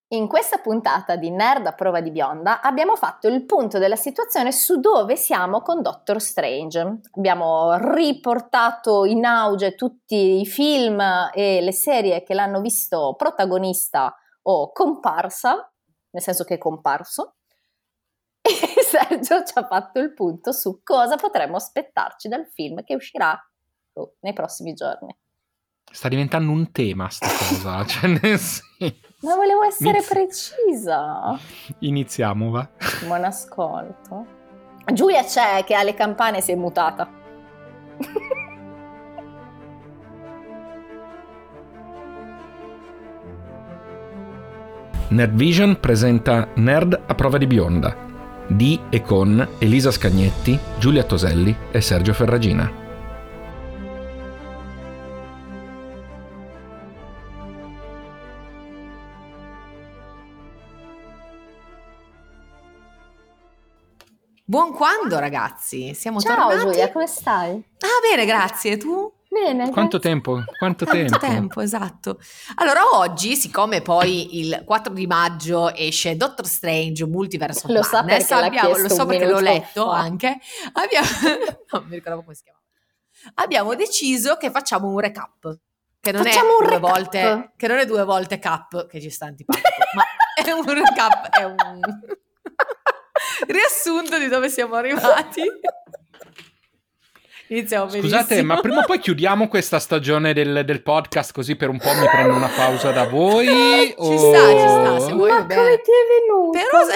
In questa puntata di Nerd a prova di bionda abbiamo fatto il punto della situazione su dove siamo con Doctor Strange. Abbiamo riportato in auge tutti i film e le serie che l'hanno visto protagonista o comparsa, nel senso che è comparso, e Sergio ci ha fatto il punto su cosa potremmo aspettarci dal film che uscirà nei prossimi giorni. Sta diventando un tema sta cosa, cioè nel senso... Ma volevo essere precisa. Iniziamo, va. Buon ascolto. Giulia c'è, che ha le campane, si è mutata. Nerd Vision presenta Nerd a prova di bionda, di e con Elisa Scagnetti, Giulia Toselli e Sergio Ferragina. Buon quando, ragazzi? Siamo Ciao tornati. Giulia, come stai? Ah, bene, grazie. Tu? Bene. Quanto grazie. tempo? Quanto tempo, esatto. Allora, oggi, siccome poi il 4 di maggio esce Doctor Strange, Multiverse of Lo sa Madness, perché lo so perché l'ho letto fa. anche, non mi ricordavo come si chiama. Abbiamo deciso che facciamo un recap. Che non Facciamo un è recap. volte, che non è 2 volte cap, che ci sta antipatico, ma è un recap, è un riassunto di dove siamo arrivati. Iniziamo benissimo. Scusate, ma prima o poi chiudiamo questa stagione del podcast, così per un po' mi prendo una pausa da voi? Ci sta, se vuoi. Ma come ti è venuto?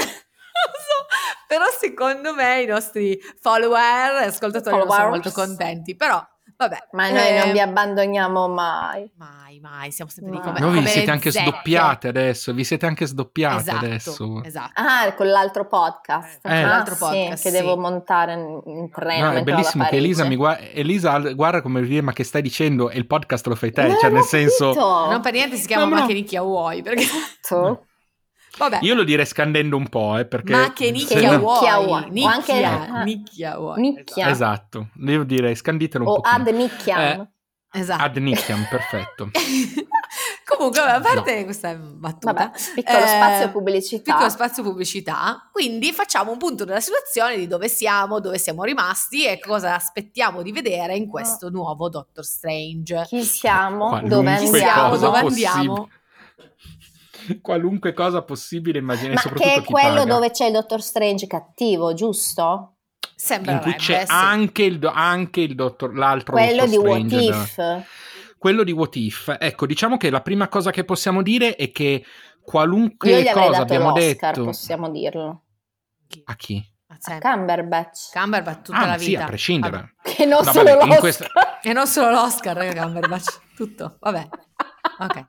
Però secondo me i nostri follower e ascoltatori non sono molto contenti, però vabbè. Ma noi non vi abbandoniamo mai. Mai, siamo sempre lì come Noi vi siete le anche zecche. sdoppiate adesso, Esatto, adesso. Esatto. Ah, con l'altro podcast. L'altro Sì, podcast, che sì. devo montare in treno. No, è bellissimo che Elisa mi guarda come dire, ma che stai dicendo? E il podcast lo fai te, cioè nel senso... Non per niente si chiama No. Ma che nicchia vuoi, perché... Esatto. Vabbè. Io lo direi scandendo un po', perché... Ma che nicchia Nicchia vuoi? vuoi. Nicchia vuoi. Nicchia. Esatto, devo dire, scanditelo un O pochino. ad nicchiam. Esatto. Ad nicchiam, perfetto. Comunque, a parte questa battuta, Vabbè, piccolo spazio pubblicità. Quindi facciamo un punto della situazione di dove siamo rimasti e cosa aspettiamo di vedere in questo nuovo Doctor Strange. Chi siamo? Qualunque dove andiamo? Andiamo? Qualunque cosa possibile immaginare, Ma soprattutto che è chi quello paga. dove c'è il Dottor Strange cattivo, giusto? Sembrerebbe, in cui c'è sì. anche l'altro Quello Doctor di What Strange, If. quello di What If. Ecco, diciamo che la prima cosa che possiamo dire è che Io qualunque gli avrei cosa dato abbiamo l'Oscar, detto possiamo dirlo. a chi? A Cumberbatch. Tutta la Sì, vita. a prescindere. Che non No, solo vabbè, in l'Oscar. questa- E non solo l'Oscar, Cumberbatch. Tutto, vabbè. Ok.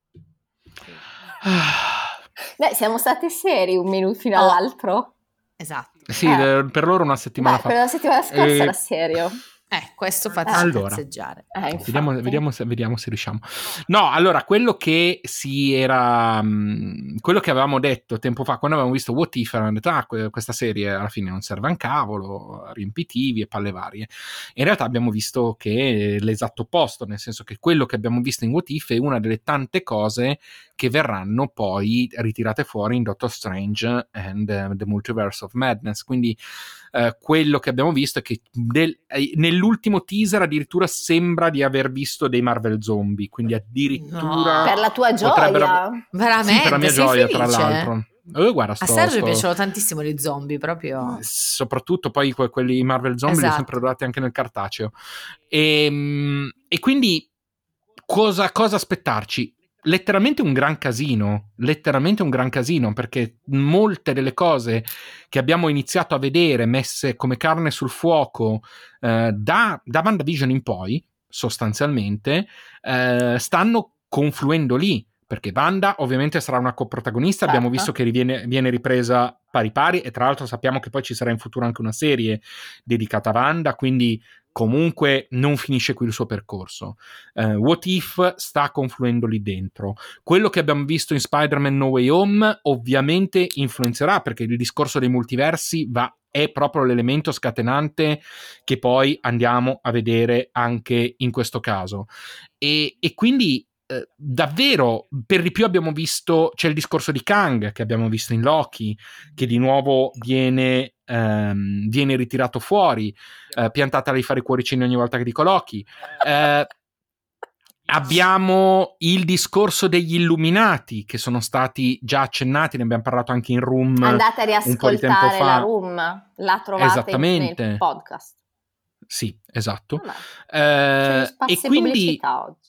Beh, siamo stati seri un minuto fino all'altro. Esatto. Sì, per loro una settimana fa. Per la settimana scorsa era serio. Questo fateci Allora. cazzeggiare. Vediamo se riusciamo. No, allora, quello che avevamo detto tempo fa, quando avevamo visto What If, avevamo detto, questa serie alla fine non serve a un cavolo, riempitivi e palle varie. In realtà abbiamo visto che è l'esatto opposto, nel senso che quello che abbiamo visto in What If è una delle tante cose che verranno poi ritirate fuori in Doctor Strange and the Multiverse of Madness. Quindi quello che abbiamo visto è che nell'ultimo teaser addirittura sembra di aver visto dei Marvel zombie, quindi addirittura Per la tua gioia. Veramente? Sì, per la mia sei gioia, felice? tra l'altro. Guarda, A Sergio piacciono tantissimo gli zombie, proprio. Soprattutto poi quelli Marvel zombie li ho sempre adorati anche nel cartaceo. E quindi cosa aspettarci? Letteralmente un gran casino, perché molte delle cose che abbiamo iniziato a vedere messe come carne sul fuoco da WandaVision in poi, sostanzialmente, stanno confluendo lì, perché Wanda ovviamente sarà una coprotagonista, abbiamo visto che viene ripresa pari pari, e tra l'altro sappiamo che poi ci sarà in futuro anche una serie dedicata a Wanda, quindi comunque non finisce qui il suo percorso. What If sta confluendo lì dentro. Quello che abbiamo visto in Spider-Man No Way Home ovviamente influenzerà, perché il discorso dei multiversi è proprio l'elemento scatenante che poi andiamo a vedere anche in questo caso. E quindi davvero per di più abbiamo visto, c'è il discorso di Kang che abbiamo visto in Loki, che di nuovo viene ritirato fuori, piantata di fare i cuoricini ogni volta che dico Loki. Abbiamo il discorso degli Illuminati che sono stati già accennati, ne abbiamo parlato anche in Room. Andate a un po' di tempo riascoltare fa. la Room, la trovate nel podcast. Sì, esatto. E quindi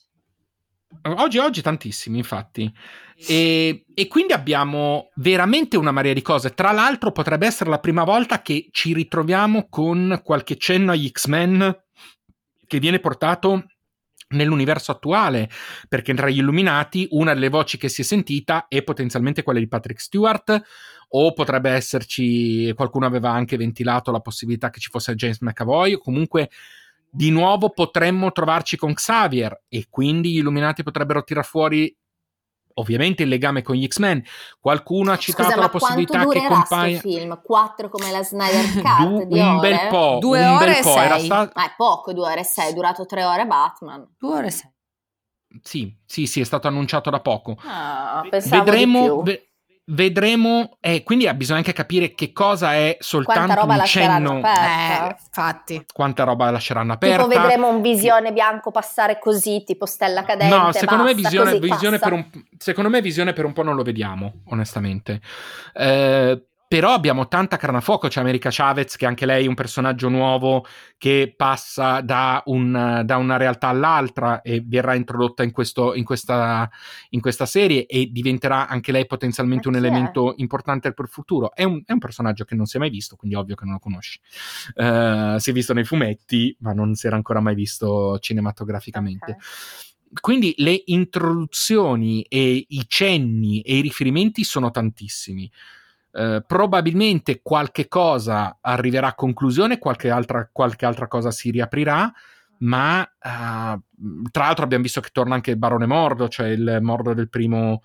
oggi tantissimi, infatti. E quindi abbiamo veramente una marea di cose. Tra l'altro potrebbe essere la prima volta che ci ritroviamo con qualche cenno agli X-Men che viene portato nell'universo attuale, perché tra gli Illuminati una delle voci che si è sentita è potenzialmente quella di Patrick Stewart, o potrebbe esserci, qualcuno aveva anche ventilato la possibilità che ci fosse James McAvoy, o comunque di nuovo potremmo trovarci con Xavier, e quindi gli Illuminati potrebbero tirar fuori ovviamente il legame con gli X-Men. Qualcuno ha citato la possibilità che compaia film 4 come la Snyder Cut di un ore? bel po', 2 ore e 6. Era stato... è poco, 2 ore e 6, è durato 3 ore Batman. 2 ore e 6. Sì, è stato annunciato da poco. Pensavo di più. Vedremo, quindi bisogna anche capire che cosa è soltanto un cenno. Infatti. Quanta roba lasceranno aperta. Tipo vedremo un Visione bianco passare così, tipo stella cadente. No, secondo me visione per un po' non lo vediamo, onestamente. Però abbiamo tanta carne a fuoco. C'è America Chavez, che anche lei è un personaggio nuovo che passa da una realtà all'altra e verrà introdotta in questa serie, e diventerà anche lei potenzialmente un elemento importante per il futuro. È un personaggio che non si è mai visto, quindi ovvio che non lo conosci. Si è visto nei fumetti, ma non si era ancora mai visto cinematograficamente. Okay. Quindi le introduzioni e i cenni e i riferimenti sono tantissimi. Probabilmente qualche cosa arriverà a conclusione, qualche altra cosa si riaprirà, ma tra l'altro abbiamo visto che torna anche il Barone Mordo, cioè il Mordo del primo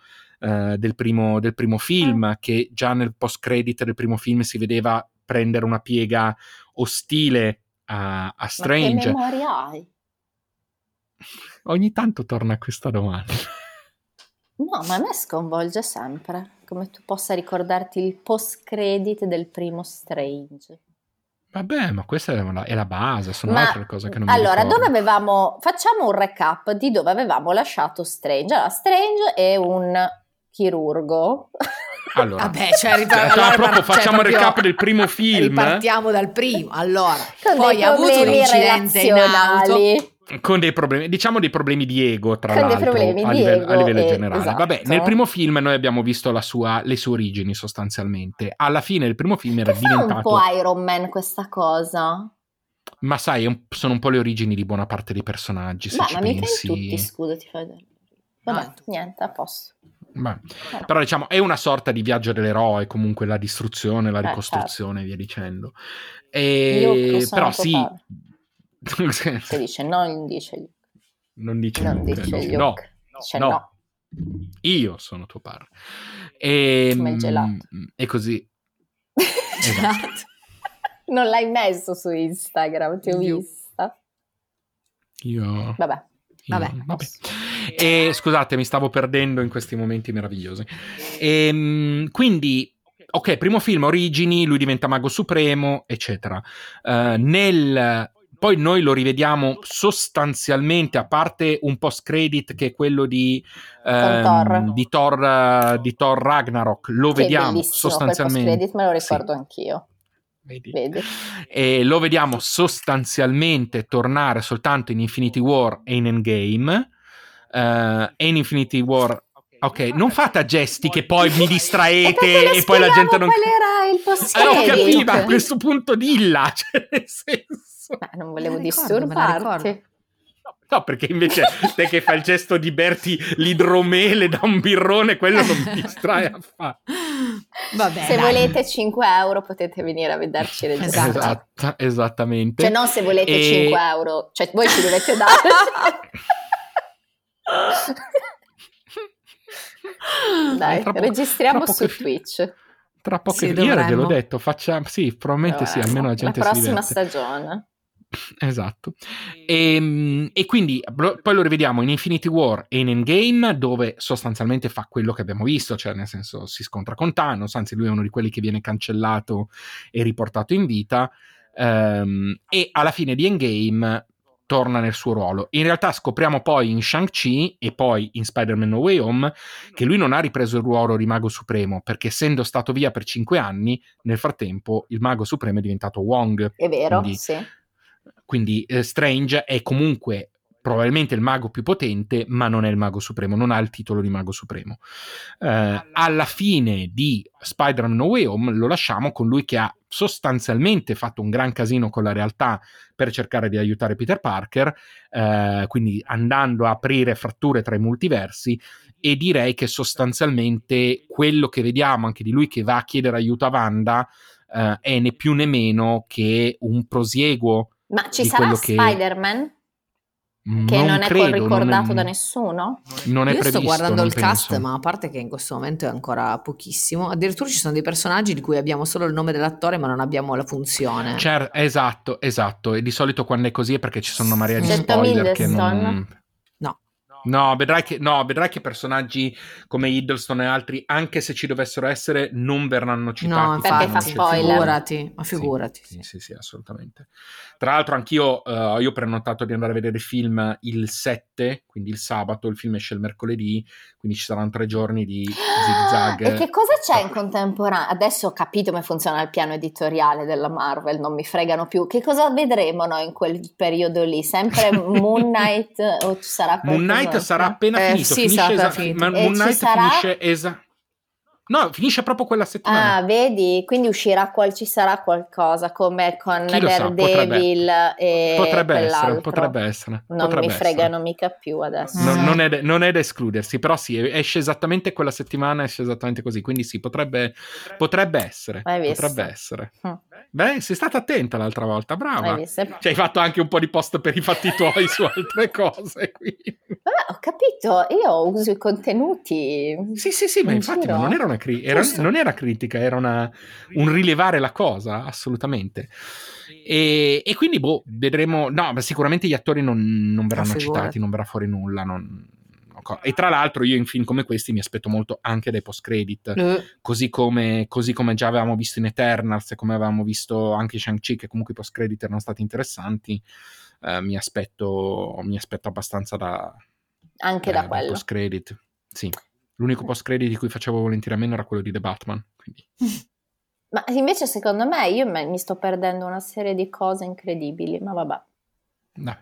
film, che già nel post credit del primo film si vedeva prendere una piega ostile a Strange. Ma che memoria hai? Ogni tanto torna questa domanda. No, ma a me sconvolge sempre come tu possa ricordarti il post-credit del primo Strange. Vabbè, ma questa è la base, sono altre cose che non mi ricordo. Allora, facciamo un recap di dove avevamo lasciato Strange. Allora, Strange è un chirurgo. Allora, vabbè, facciamo il recap del primo film. Partiamo dal primo. Allora, con poi ha avuto un incidente in auto. Con dei problemi, dei problemi di ego, tra l'altro, a livello generale. Esatto. Vabbè, nel primo film noi abbiamo visto le sue origini sostanzialmente. Alla fine del primo film era diventato un po' Iron Man questa cosa. Ma sai, sono un po' le origini di buona parte dei personaggi, se ci ma pensi. mica in tutti, scusa, ti fai vedere. Vabbè, niente, a posto. Però diciamo è una sorta di viaggio dell'eroe, comunque la distruzione, la ricostruzione, certo. Via dicendo. Però sì. Che dice non dice Luke. Non dice Luke. No. Dice no. Io sono tuo padre. E così. Esatto. Non l'hai messo su Instagram, ti ho vista. Io Vabbè. E scusate, mi stavo perdendo in questi momenti meravigliosi. Quindi ok, primo film, origini, lui diventa mago supremo, eccetera. Poi noi lo rivediamo sostanzialmente, a parte un post credit che è quello di Thor Ragnarok, lo che vediamo sostanzialmente. Post credit me lo ricordo anch'io. Vedi? E lo vediamo sostanzialmente tornare soltanto in Infinity War e in Endgame. E in Infinity War, ok, non fate a gesti che poi mi distraete e poi la gente non. Qual era il post credit? Ho capito, a questo punto dilla, cioè nel senso. Non volevo disturbarti. No, perché invece te che fai il gesto di berti l'idromele da un birrone, quello non mi distrae affatto. Vabbè, se volete 5 euro potete venire a vederci registrare. Esattamente. Cioè non se volete 5 euro, cioè voi ci dovete dare. Dai, registriamo su Twitch. Tra poche io gliel'ho detto, probabilmente sì, almeno la gente si diverte. La prossima stagione. Esatto. E quindi poi lo rivediamo in Infinity War e in Endgame, dove sostanzialmente fa quello che abbiamo visto, cioè nel senso si scontra con Thanos, anzi lui è uno di quelli che viene cancellato e riportato in vita, e alla fine di Endgame torna nel suo ruolo. In realtà scopriamo poi in Shang-Chi e poi in Spider-Man No Way Home che lui non ha ripreso il ruolo di Mago Supremo, perché essendo stato via per 5 anni, nel frattempo il Mago Supremo è diventato Wong. È vero, quindi, sì. Quindi Strange è comunque probabilmente il mago più potente, ma non è il Mago Supremo, non ha il titolo di Mago Supremo. Alla fine di Spider-Man No Way Home lo lasciamo con lui che ha sostanzialmente fatto un gran casino con la realtà per cercare di aiutare Peter Parker, quindi andando a aprire fratture tra i multiversi, e direi che sostanzialmente quello che vediamo anche di lui che va a chiedere aiuto a Wanda è né più né meno che un prosieguo. Ma ci sarà Spider-Man? Che non è ricordato da nessuno? Non è Io previsto, sto guardando il penso. cast, ma a parte che in questo momento è ancora pochissimo, addirittura ci sono dei personaggi di cui abbiamo solo il nome dell'attore ma non abbiamo la funzione. Esatto, e di solito quando è così è perché ci sono una marea di Tom spoiler che Hiddleston? non... No, vedrai che personaggi come Hiddleston e altri, anche se ci dovessero essere, non verranno citati. No, infatti, fa spoiler. Figurati. Sì, assolutamente. Tra l'altro anch'io io ho prenotato di andare a vedere il film il 7, quindi il sabato, il film esce il mercoledì, quindi ci saranno 3 giorni di zigzag. E che cosa c'è in contemporanea? Adesso ho capito come funziona il piano editoriale della Marvel, non mi fregano più. Che cosa vedremo noi in quel periodo lì? Sempre Moon Knight o ci sarà qualcosa? Moon Knight sarà appena finito. Sì, sarà finito. Ma Moon Knight finisce No, finisce proprio quella settimana. Ah, vedi? Quindi ci sarà qualcosa come con Daredevil e potrebbe essere. Non mi fregano mica più adesso. Non è da escludersi, però sì, esce esattamente quella settimana, esce esattamente così, quindi sì, potrebbe essere. Potrebbe essere. Beh, sei stata attenta l'altra volta, brava. Hai fatto anche un po' di post per i fatti tuoi su altre cose. Quindi. Vabbè, ho capito, io uso i contenuti. Sì, ma infatti non era non era critica, era un rilevare la cosa, assolutamente. E quindi vedremo. No, ma sicuramente gli attori non verranno citati, non verrà fuori nulla. E tra l'altro io in film come questi mi aspetto molto anche dai post credit, così come già avevamo visto in Eternals e come avevamo visto anche Shang-Chi, che comunque i post credit erano stati interessanti. Mi aspetto abbastanza da quello post credit. Sì, l'unico post credit di cui facevo volentieri a meno era quello di The Batman, quindi. Ma invece secondo me io mi sto perdendo una serie di cose incredibili, ma vabbè. No.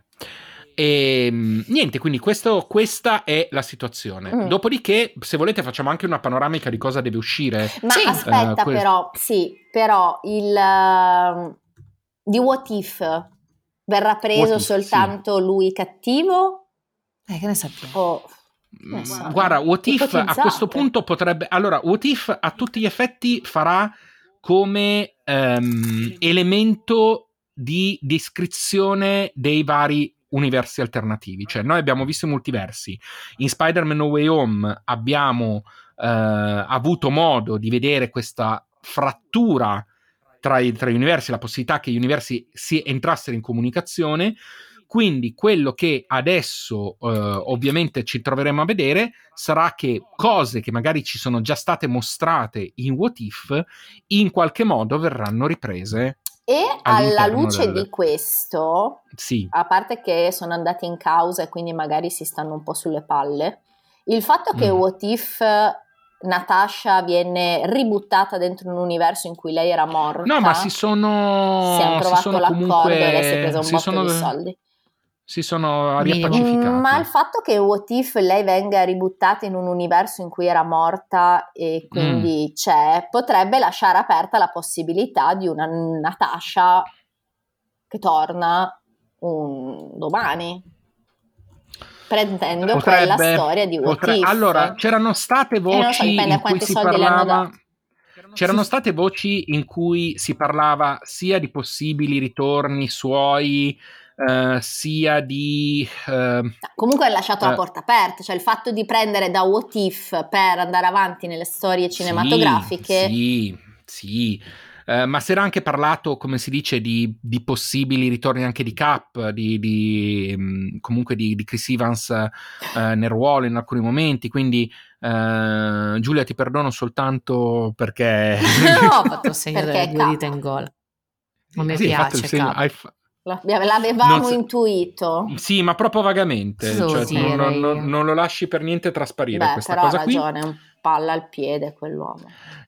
E niente, quindi questa è la situazione. Dopodiché, se volete, facciamo anche una panoramica di cosa deve uscire. Ma aspetta, però il di What If verrà preso soltanto lui cattivo? Che ne sappiamo? Guarda, What If a questo punto potrebbe. Allora, What If a tutti gli effetti farà come elemento di descrizione dei vari universi alternativi. Cioè, noi abbiamo visto i multiversi. In Spider-Man No Way Home abbiamo avuto modo di vedere questa frattura tra gli universi, la possibilità che gli universi si entrassero in comunicazione. Quindi quello che adesso ovviamente ci troveremo a vedere sarà che cose che magari ci sono già state mostrate in What If in qualche modo verranno riprese. E alla luce di questo, sì. A parte che sono andati in causa e quindi magari si stanno un po' sulle palle, il fatto che What If Natasha viene ributtata dentro un universo in cui lei era morta. No, ma si hanno trovato l'accordo comunque, e lei si è presa un botto di soldi. Si sono riappacificati. Ma il fatto che What If lei venga ributtata in un universo in cui era morta e quindi potrebbe lasciare aperta la possibilità di una Natasha che torna domani, prendendo quella storia di What If. Allora, c'erano state voci in cui si parlava. C'erano state voci in cui si parlava sia di possibili ritorni suoi, sia di comunque ha lasciato la porta aperta, cioè il fatto di prendere da What If per andare avanti nelle storie cinematografiche. Sì. ma si era anche parlato, come si dice, di possibili ritorni anche di Cap, comunque di Chris Evans nel ruolo in alcuni momenti, quindi Giulia ti perdono soltanto perché no, ho fatto il segno delle due dita in gola, non mi piace Cap. L'avevamo intuito. Sì, ma proprio vagamente, cioè, non lo lasci per niente trasparire. Questa però cosa ha ragione, un palla al piede quell'uomo.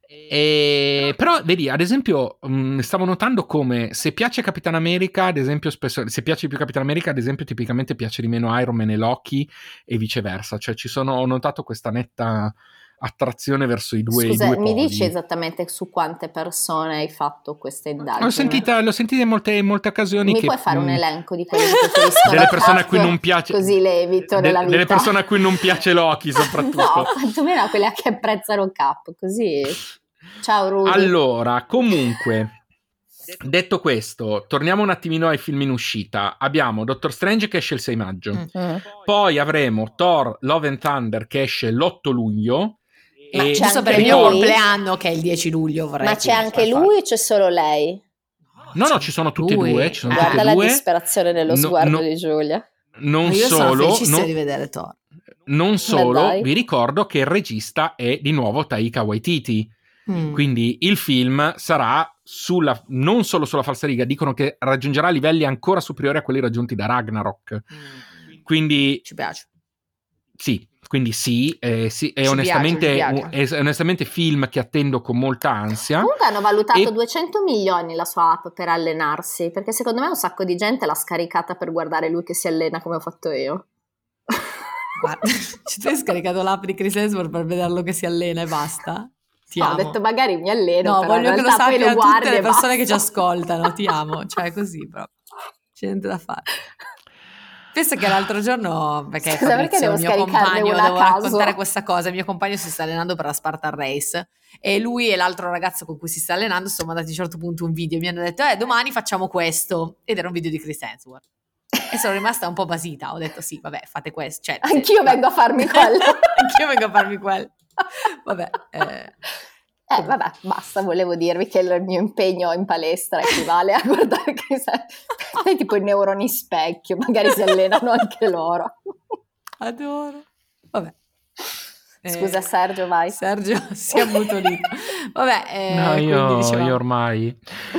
Però vedi, ad esempio, stavo notando come se piace Capitan America, ad esempio, spesso, se piace più Capitan America, ad esempio, tipicamente piace di meno Iron Man e Loki e viceversa. Cioè, ho notato questa netta attrazione verso i due. Scusa, i due mi poli. dici esattamente su quante persone hai fatto questa indagine? L'ho sentita in molte occasioni. Mi puoi fare un elenco di quelli che preferiscono delle persone a cui non piace, così l'evito nella vita. Delle persone a cui non piace Loki soprattutto. No, quantomeno a quelle che apprezzano Cap, così. Ciao Rudy. Allora, comunque, detto questo, torniamo un attimino ai film in uscita. Abbiamo Doctor Strange che esce il 6 maggio, poi avremo Thor Love and Thunder che esce l'8 luglio. Ma c'è anche per il mio compleanno che è il 10 luglio. Ma c'è anche lui o c'è solo lei? No, ci sono tutti e due. Guarda la disperazione nello sguardo di Giulia. Non io solo, sono felicissima di vedere Thor. Non solo, vi ricordo che il regista è di nuovo Taika Waititi. Quindi il film sarà non solo sulla falsariga, dicono che raggiungerà livelli ancora superiori a quelli raggiunti da Ragnarok. Quindi ci piace. Sì, quindi sì, è onestamente film che attendo con molta ansia. Comunque hanno valutato 200 milioni la sua app per allenarsi, perché secondo me un sacco di gente l'ha scaricata per guardare lui che si allena come ho fatto io. Guarda, ci sei scaricato l'app di Chris Hemsworth per vederlo che si allena e basta? Ti amo. Ho detto magari mi alleno, no, però voglio in che lo realtà poi sappiano lo guardi tutte le persone basta. che ci ascoltano, ti amo, cioè così proprio, c'è niente da fare. Penso che l'altro giorno, perché Fabrizio, il mio compagno, devo raccontare questa cosa, il mio compagno si sta allenando per la Spartan Race e lui e l'altro ragazzo con cui si sta allenando sono mandati a un certo punto un video, mi hanno detto domani facciamo questo, ed era un video di Chris Hemsworth e sono rimasta un po' basita, ho detto sì vabbè fate questo, cioè, anch'io vengo a farmi quello. Anch'io vengo a farmi quello, vabbè vabbè, basta, volevo dirvi che il mio impegno in palestra equivale a guardare che tipo i neuroni specchio, magari si allenano anche loro. Adoro. Vabbè. Scusa Sergio, vai. Sergio si è ammutolito. Vabbè, no, io ormai.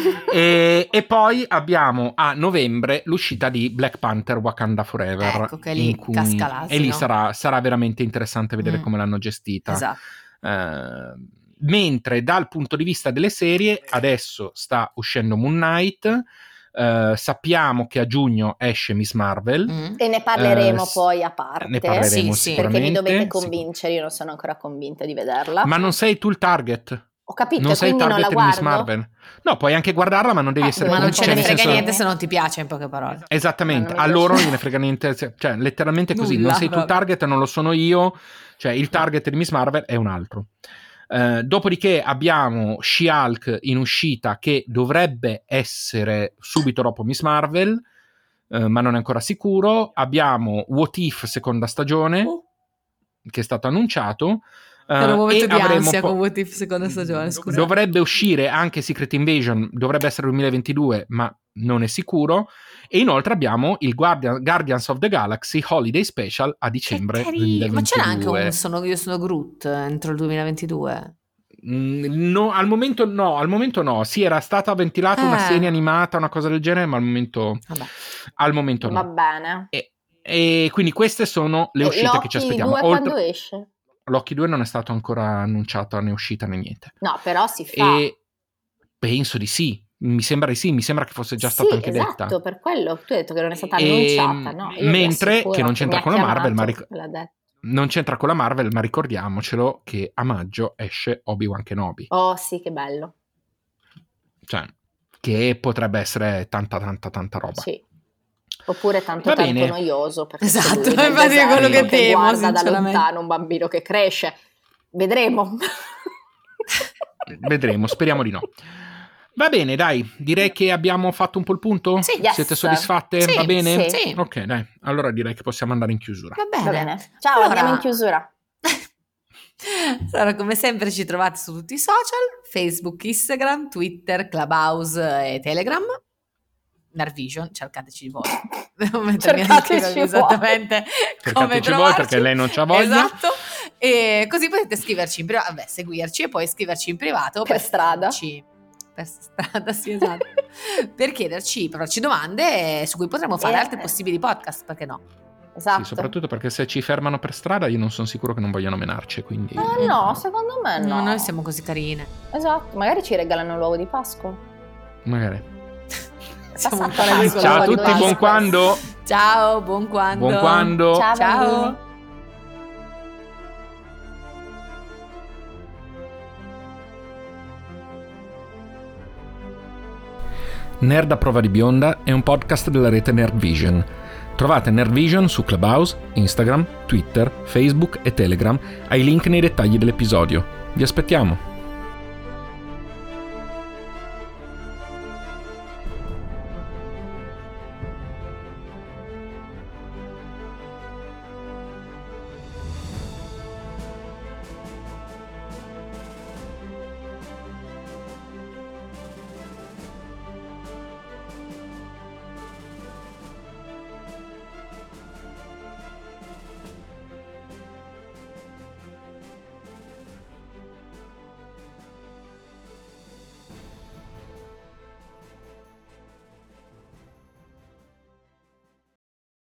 E poi abbiamo a novembre l'uscita di Black Panther Wakanda Forever. Ecco che lì casca l'asino. E lì sarà veramente interessante vedere come l'hanno gestita. Esatto. Mentre dal punto di vista delle serie adesso sta uscendo Moon Knight, sappiamo che a giugno esce Miss Marvel e ne parleremo poi a parte, ne parleremo perché mi dovete convincere, io non sono ancora convinta di vederla. Ma non sei tu il target? Ho capito, non sei il target non la di guardo. Miss Marvel. No, puoi anche guardarla, ma non devi essere ma non ce ne frega senso... niente se non ti piace, in poche parole. Esattamente, a loro non gliene frega niente, cioè letteralmente così. Non sei tu il target, non lo sono io, cioè il target di Miss Marvel è un altro. Dopodiché abbiamo She-Hulk in uscita che dovrebbe essere subito dopo Miss Marvel, ma non è ancora sicuro. Abbiamo What If seconda stagione che è stato annunciato. Era un momento di ansia con What If seconda stagione, scusa. Dovrebbe uscire anche Secret Invasion, dovrebbe essere 2022, ma non è sicuro. E inoltre abbiamo il Guardians of the Galaxy Holiday Special a dicembre 2022. Ma c'era anche Io sono Groot entro il 2022? No, al momento no. Sì, era stata ventilata una serie animata, una cosa del genere, ma al momento no. Va bene. E quindi queste sono le uscite che ci aspettiamo. Loki 2 quando esce? Loki 2 non è stato ancora annunciato né uscita né niente. No, però si fa. E penso di sì. Mi sembra di sì, mi sembra che fosse già stata anche detta. Esatto, per quello tu hai detto che non è stata annunciata, no? Mentre che non c'entra con la Marvel, non c'entra con la Marvel, ma ricordiamocelo che a maggio esce Obi-Wan Kenobi. Oh sì, che bello. Cioè, che potrebbe essere tanta roba. Sì. Oppure tanto noioso, perché esatto, infatti è quello che temo, guarda da lontano un bambino che cresce. Vedremo, speriamo di no. Va bene, dai, direi che abbiamo fatto un po' il punto? Sì, Siete soddisfatte? Sì, va bene? Sì. Ok, dai, allora direi che possiamo andare in chiusura. Va bene. Ciao, andiamo in chiusura. Allora, come sempre ci trovate su tutti i social, Facebook, Instagram, Twitter, Clubhouse e Telegram. Nerdvision, cercateci voi. Devo mettermi a scrivervi esattamente come trovarci. Voi perché lei non c'ha voglia. Esatto. E così potete scriverci in privato, seguirci e poi scriverci in privato per strada. Per strada, sì, esatto. Per farci domande su cui potremo fare altri possibili podcast, perché no? Esatto. Sì, soprattutto perché se ci fermano per strada io non sono sicuro che non vogliano menarci, quindi... no, secondo me no. Noi siamo così carine. Esatto, magari ci regalano l'uovo di Pasqua. Magari. Ciao a tutti, buon quando. Ciao, buon quando. Buon quando. Ciao. Nerd a prova di bionda è un podcast della rete Nerdvision. Trovate Nerdvision su Clubhouse, Instagram, Twitter, Facebook e Telegram ai link nei dettagli dell'episodio. Vi aspettiamo!